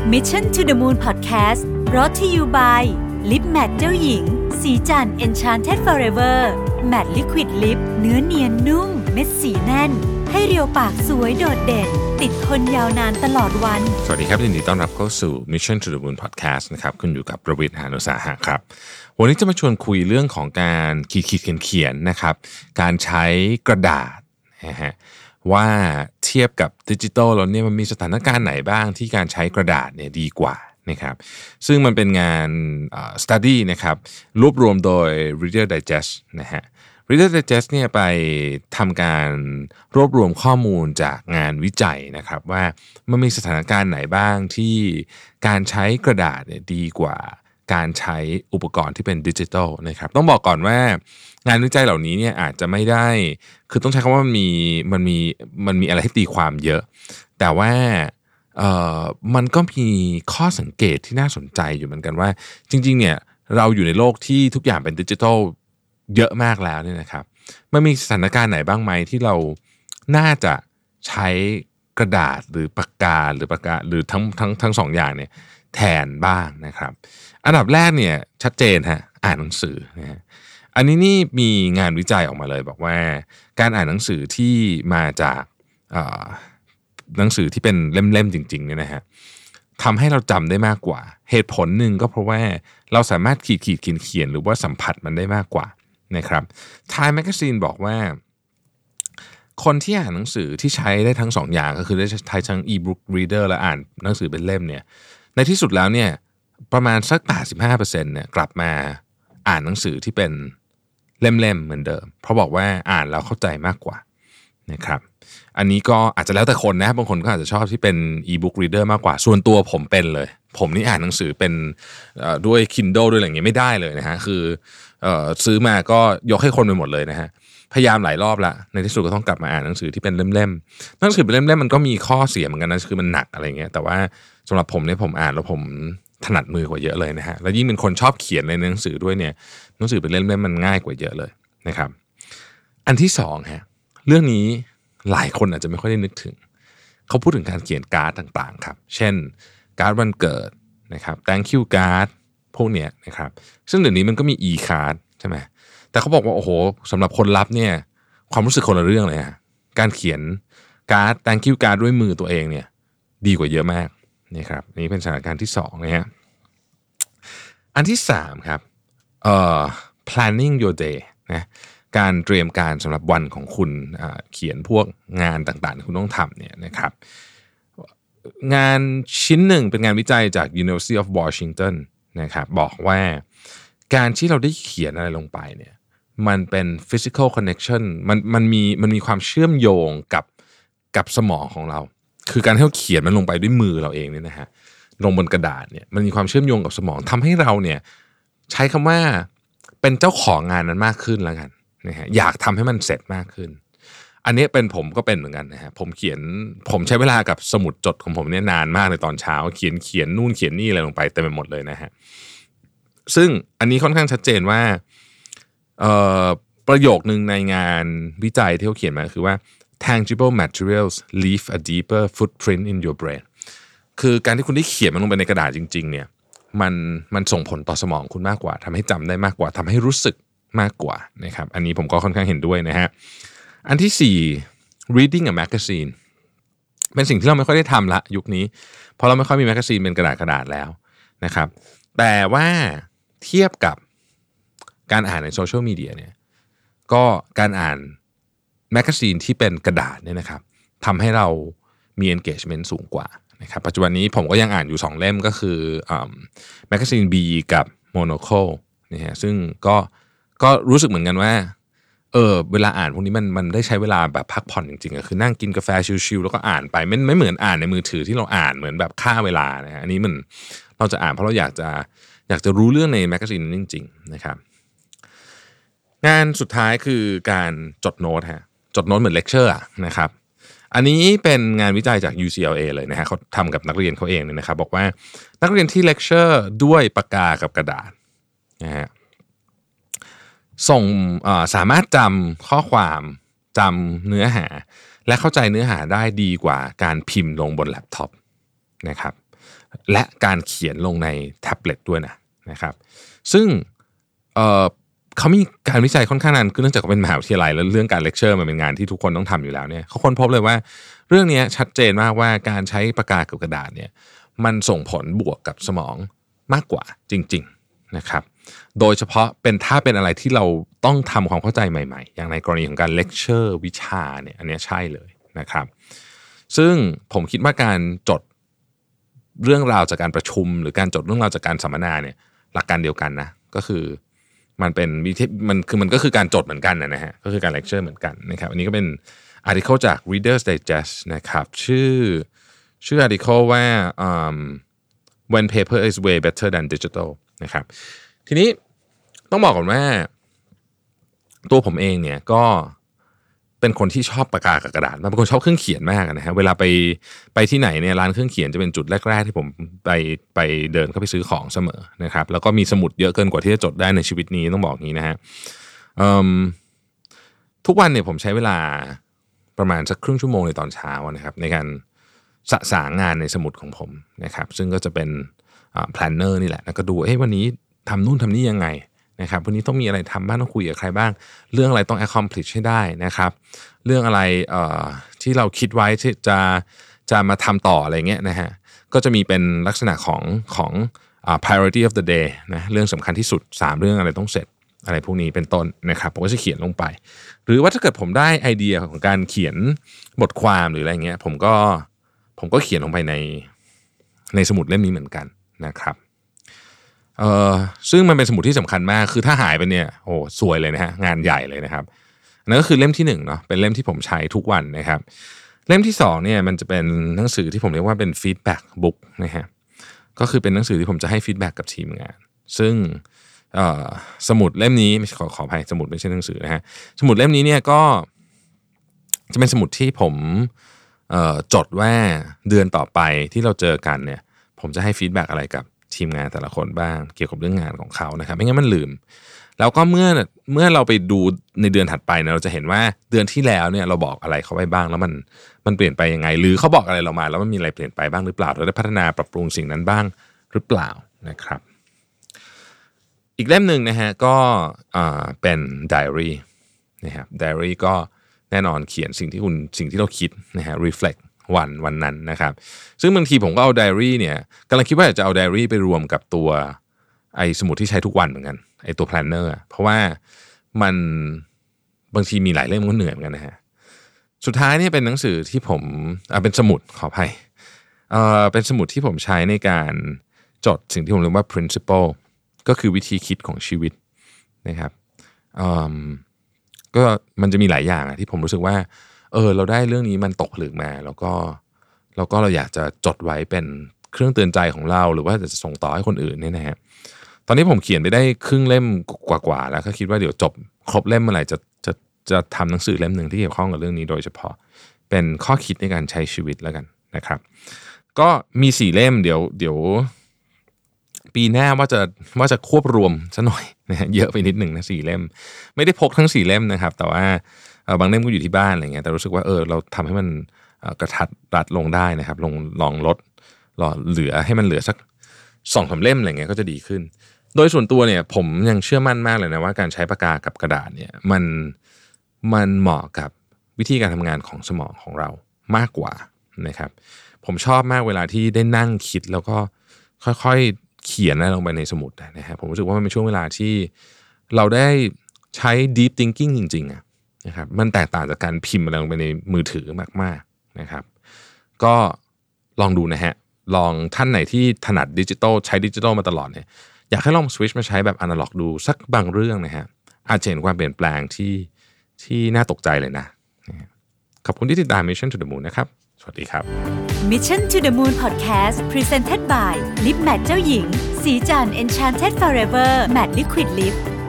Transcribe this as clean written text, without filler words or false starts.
Mission to the Moon Podcast brought to you by Lip Matte เจ้าหญิงสีจัน Enchanted Forever Matte Liquid Lip เนื้อเนียนนุ่มเม็ดสีแน่นให้เรียวปากสวยโดดเด่นติดทนยาวนานตลอดวันสวัสดีครับยินดีต้อนรับเข้าสู่ Mission to the Moon Podcast นะครับคุณอยู่กับประวิตร หาญอุตสาหะครับวันนี้จะมาชวนคุยเรื่องของการเขียนนะครับการใช้กระดาษนะฮะว่าเทียบกับดิจิทัลแล้วเนี่ยมันมีสถานการณ์ไหนบ้างที่การใช้กระดาษเนี่ยดีกว่านะครับซึ่งมันเป็นงานstudy นะครับรวบรวมโดย Reader Digest นะฮะ Reader Digest เนี่ยไปทำการรวบรวมข้อมูลจากงานวิจัยนะครับว่ามันมีสถานการณ์ไหนบ้างที่การใช้กระดาษเนี่ยดีกว่าการใช้อุปกรณ์ที่เป็นดิจิทัลนะครับต้องบอกก่อนว่างานวิจัยเหล่านี้เนี่ยอาจจะไม่ได้คือต้องใช้คำว่ามันมีอะไรให้ตีความเยอะแต่ว่ามันก็มีข้อสังเกตที่น่าสนใจอยู่เหมือนกันว่าจริงๆเนี่ยเราอยู่ในโลกที่ทุกอย่างเป็นดิจิทัลเยอะมากแล้วเนี่ยนะครับมันมีสถานการณ์ไหนบ้างไหมที่เราน่าจะใช้กระดาษหรือปากกาหรือทั้งสองอย่างเนี่ยแทนบ้างนะครับอันดับแรกเนี่ยชัดเจนฮะอ่านหนังสือนะฮะอันนี้นี่มีงานวิจัยออกมาเลยบอกว่าการอ่านหนังสือที่มาจากหนังสือที่เป็นเล่มๆจริงๆเนี่ยนะฮะทำให้เราจำได้มากกว่าเหตุผลหนึ่งก็เพราะว่าเราสามารถขีดเขียนหรือว่าสัมผัสมันได้มากกว่านะครับ Time Magazine บอกว่าคนที่อ่านหนังสือที่ใช้ได้ทั้งสองอย่างก็คือได้ใช้ทั้ง e-book reader และอ่านหนังสือเป็นเล่มเนี่ยในที่สุดแล้วเนี่ยประมาณสัก 85% เนี่ยกลับมาอ่านหนังสือที่เป็นเล่มๆเหมือนเดิมเพราะบอกว่าอ่านแล้วเข้าใจมากกว่านะครับอันนี้ก็อาจจะแล้วแต่คนนะบางคนก็อาจจะชอบที่เป็น e-book reader มากกว่าส่วนตัวผมเป็นเลยผมนี่อ่านหนังสือเป็นด้วย Kindle ด้วยอะไรอย่างเงี้ยไม่ได้เลยนะฮะคือซื้อมาก็ยกให้คนไปหมดเลยนะฮะพยายามหลายรอบละในที่สุดก็ต้องกลับมาอ่านหนังสือที่เป็นเล่มๆหนังสือเป็นเล่มๆมันก็มีข้อเสียเหมือนกันนะคือมันหนักอะไรเงี้ยแต่ว่าสำหรับผมเนี่ยผมอ่านแล้วผมถนัดมือกว่าเยอะเลยนะฮะแล้วยิ่งเป็นคนชอบเขียนในหนังสือด้วยเนี่ยหนังสือเป็นเล่มๆมันง่ายกว่าเยอะเลยนะครับอันที่สองฮะเรื่องนี้หลายคนอาจจะไม่ค่อยได้นึกถึงเขาพูดถึงการเขียนการ์ดต่างๆครับเช่นการ์ดวันเกิดนะครับ thank you card พวกเนี้ยนะครับซึ่งเดี๋ยวนี้มันก็มี e-card ใช่ไหมแต่เขาบอกว่าโอ้โหสำหรับคนรับเนี่ยความรู้สึกคนละเรื่องเลยฮะการเขียนการ์ด thank you card ด้วยมือตัวเองเนี่ยดีกว่าเยอะมากนี่ครับนี่เป็นสถานการณ์ที่สองนะฮะอันที่สามครับplanning your day นะการเตรียมการสำหรับวันของคุณเขียนพวกงานต่างๆที่คุณต้องทำเนี่ยนะครับงานชิ้นหนึ่งเป็นงานวิจัยจาก University of Washington นะครับบอกว่าการที่เราได้เขียนอะไรลงไปเนี่ยมันเป็น physical connection มันมีความเชื่อมโยงกับสมองของเราคือการที่เราเขียนมันลงไปด้วยมือเราเองเนี่ยนะฮะลงบนกระดาษเนี่ยมันมีความเชื่อมโยงกับสมองทำให้เราเนี่ยใช้คำว่าเป็นเจ้าของงานนั้นมากขึ้นแล้วกันนะฮะอยากทำให้มันเสร็จมากขึ้นอันนี้เป็นผมก็เป็นเหมือนกันนะฮะผมใช้เวลากับสมุดจดของผมเนี่ยนานมากในตอนเช้าเขียนนู่นเขียนนี่อะไรลงไปเต็มไปหมดเลยนะฮะซึ่งอันนี้ค่อนข้างชัดเจนว่าประโยคนึงในงานวิจัยที่เขาเขียนมาคือว่า tangible materials leave a deeper footprint in your brain คือการที่คุณได้เขียนมันลงไปในกระดาษจริงๆเนี่ยมันส่งผลต่อสมองคุณมากกว่าทำให้จำได้มากกว่าทำให้รู้สึกมากกว่านะครับอันนี้ผมก็ค่อนข้างเห็นด้วยนะฮะอันที่สี่ reading a magazine เป็นสิ่งที่เราไม่ค่อยได้ทำละยุคนี้เพราะเราไม่ค่อยมีแมกกาซีนเป็นกระดาษแล้วนะครับแต่ว่าเทียบกับการอ่านในโซเชียลมีเดียเนี่ยก็การอ่านแมกกาซีนที่เป็นกระดาษเนี่ยนะครับทำให้เรามี engagement สูงกว่านะครับปัจจุบันนี้ผมก็ยังอ่านอยู่2เล่มก็คือแมกกาซีน B กับ Monocle นะฮะซึ่งก็รู้สึกเหมือนกันว่าเวลาอ่านพวกนี้มันได้ใช้เวลาแบบพักผ่อนจริงๆคือนั่งกินกาแฟชิลๆแล้วก็อ่านไปไม่เหมือนอ่านในมือถือที่เราอ่านเหมือนแบบฆ่าเวลานะฮะอันนี้มันเราจะอ่านเพราะเราอยากจะรู้เรื่องในแมกกาซีนนั้นจริงๆนะครับงานสุดท้ายคือการจดโน้ตฮะจดโน้ตเหมือนเลคเชอร์นะครับอันนี้เป็นงานวิจัยจาก UCLA เลยนะฮะเขาทำกับนักเรียนเขาเองเลยนะครับบอกว่านักเรียนที่เลคเชอร์ด้วยปากกากับกระดาษนะฮะสามารถจำข้อความจำเนื้อหาและเข้าใจเนื้อหาได้ดีกว่าการพิมพ์ลงบนแล็ปท็อปนะครับและการเขียนลงในแท็บเล็ตด้วยนะครับซึ่งเขามีการวิจัยค่อนข้างนานคือเนื่องจากเป็นมหาวิทยาลัยแล้วเรื่องการเลคเชอร์มันเป็นงานที่ทุกคนต้องทำอยู่แล้วเนี่ยเขาค้นพบเลยว่าเรื่องนี้ชัดเจนมากว่าการใช้ปากกากับกระดาษเนี่ยมันส่งผลบวกกับสมองมากกว่าจริงๆนะครับโดยเฉพาะถ้าเป็นอะไรที่เราต้องทำความเข้าใจใหม่ๆอย่างในกรณีของการเลคเชอร์วิชาเนี่ยอันนี้ใช่เลยนะครับซึ่งผมคิดว่าการจดเรื่องราวจากการประชุมหรือการจดเรื่องราวจากการสัมมนาเนี่ยหลักการเดียวกันนะก็คือมันเป็นมันก็คือการจดเหมือนกันนะฮะก็คือการเลคเชอร์เหมือนกันนะครับอันนี้ก็เป็นอาร์ติเคิลจาก Reader's Digest นะครับชื่ออาร์ติเคิลว่าwhen paper is way better than digital นะครับทีนี้ต้องบอกก่อนว่าตัวผมเองเนี่ยก็เป็นคนที่ชอบปากกากับกระดาษเป็นคนชอบเครื่องเขียนมากนะฮะเวลาไปที่ไหนเนี่ยร้านเครื่องเขียนจะเป็นจุดแรกๆที่ผมไปเดินเข้าไปซื้อของเสมอนะครับแล้วก็มีสมุดเยอะเกินกว่าที่จะจดได้ในชีวิตนี้ต้องบอกงี้นะฮะทุกวันเนี่ยผมใช้เวลาประมาณสักครึ่งชั่วโมงในตอนเช้านะครับในการสะสางงานในสมุดของผมนะครับซึ่งก็จะเป็นplanner นี่แหละแล้วก็ดูวันนี้ทำนู่นทำนี่ยังไงนะครับวันนี้ต้องมีอะไรทำบ้างต้องคุยกับใครบ้างเรื่องอะไรต้อง accomplish ให้ได้นะครับเรื่องอะไรที่เราคิดไว้ที่จะมาทำต่ออะไรเงี้ยนะฮะก็จะมีเป็นลักษณะของ priority of the day นะเรื่องสำคัญที่สุด3เรื่องอะไรต้องเสร็จอะไรพวกนี้เป็นต้นนะครับผมก็จะเขียนลงไปหรือว่าถ้าเกิดผมได้ไอเดียของการเขียนบทความหรืออะไรเงี้ยผมก็เขียนลงไปในสมุดเล่มนี้เหมือนกันนะครับซึ่งมันเป็นสมุดที่สำคัญมากคือถ้าหายไปเนี่ยโอ้ซวยเลยนะฮะงานใหญ่เลยนะครับนั่นก็คือเล่มที่1เนาะเป็นเล่มที่ผมใช้ทุกวันนะครับเล่มที่2เนี่ยมันจะเป็นหนังสือที่ผมเรียกว่าเป็นฟีดแบ็กบุ๊กนะฮะก็คือเป็นหนังสือที่ผมจะให้ฟีดแบ็กกับทีมงานซึ่งสมุดเล่มนี้ขออภัยสมุดไม่ใช่หนังสือนะฮะสมุดเล่มนี้เนี่ยก็จะเป็นสมุดที่ผมจดว่าเดือนต่อไปที่เราเจอกันเนี่ยผมจะให้ฟีดแบ็กอะไรกับทีมงานแต่ละคนบ้างเกี่ยวกับเรื่องงานของเขานะครับไม่งั้นมันลืมแล้วก็เมื่อเราไปดูในเดือนถัดไปเนี่ยเราจะเห็นว่าเดือนที่แล้วเนี่ยเราบอกอะไรเขาไปบ้างแล้วมันเปลี่ยนไปยังไงหรือเขาบอกอะไรเรามาแล้วมันมีอะไรเปลี่ยนไปบ้างหรือเปล่าเราได้พัฒนาปรับปรุงสิ่งนั้นบ้างหรือเปล่านะครับอีกเล่มหนึ่งนะฮะก็เป็นไดอารี่นะครับไดอารี่ก็แน่นอนเขียนสิ่งที่เราคิดนะฮะ reflectวันนั้นนะครับซึ่งบางทีผมก็เอาไดอารี่เนี่ยกำลังคิดว่าจะเอาไดอารี่ไปรวมกับตัวไอ้สมุดที่ใช้ทุกวันเหมือนกันไอ้ตัว planner เพราะว่ามันบางทีมีหลายเล่มก็เหนื่อยเหมือนกันนะฮะสุดท้ายเนี่ยเป็นหนังสือที่ผมเป็นสมุดขออภัยเป็นสมุดที่ผมใช้ในการจดสิ่งที่ผมเรียกว่า principle ก็คือวิธีคิดของชีวิตนะครับก็มันจะมีหลายอย่างที่ผมรู้สึกว่าเราได้เรื่องนี้มันตกผลึกมาแล้วก็เราอยากจะจดไว้เป็นเครื่องเตือนใจของเราหรือว่าจะส่งต่อให้คนอื่นเนี่ยนะฮะตอนนี้ผมเขียนไปได้ครึ่งเล่มกว่าแล้วก็คิดว่าเดี๋ยวจบครบเล่มเมื่อไหร่จะทำหนังสือเล่มหนึ่งที่เกี่ยวข้องกับเรื่องนี้โดยเฉพาะเป็นข้อคิดในการใช้ชีวิตแล้วกันนะครับก็มี4เล่มเดี๋ยวปีหน้าว่าจะควบรวมซะหน่อยนะฮะเยอะไปนิดนึงนะ4เล่มไม่ได้พกทั้ง4เล่มนะครับแต่ว่าบางเล่มก็อยู่ที่บ้านอะไรเงี้ยแต่รู้สึกว่าเราทำให้มันกระทัดรัดลงได้นะครับลองลดเหลือให้มันเหลือสัก 2-3 เล่มอะไรเงี้ยก็จะดีขึ้นโดยส่วนตัวเนี่ยผมยังเชื่อมั่นมากเลยนะว่าการใช้ปากกากับกระดาษเนี่ยมันเหมาะกับวิธีการทำงานของสมองของเรามากกว่านะครับผมชอบมากเวลาที่ได้นั่งคิดแล้วก็ค่อยๆเขียนอะไรลงไปในสมุดนะครับผมรู้สึกว่ามันเป็นช่วงเวลาที่เราได้ใช้ deep thinking จริงๆนะครับมันแตกต่างจากการพิมพ์อะไรลงไปในมือถือมากๆนะครับก็ลองดูนะฮะลองท่านไหนที่ถนัดดิจิทัลใช้ดิจิทัลมาตลอดเนี่ยอยากให้ลองสวิตช์มาใช้แบบอนาล็อกดูสักบางเรื่องนะฮะอาจจะเห็นความเปลี่ยนแปลงที่น่าตกใจเลยนะขอบคุณที่ติดตาม Mission to the Moon นะครับสวัสดีครับ Mission to the Moon Podcast Presented by Lip Matte เจ้าหญิงสีจัน Enchanted Forever Matte Liquid Lip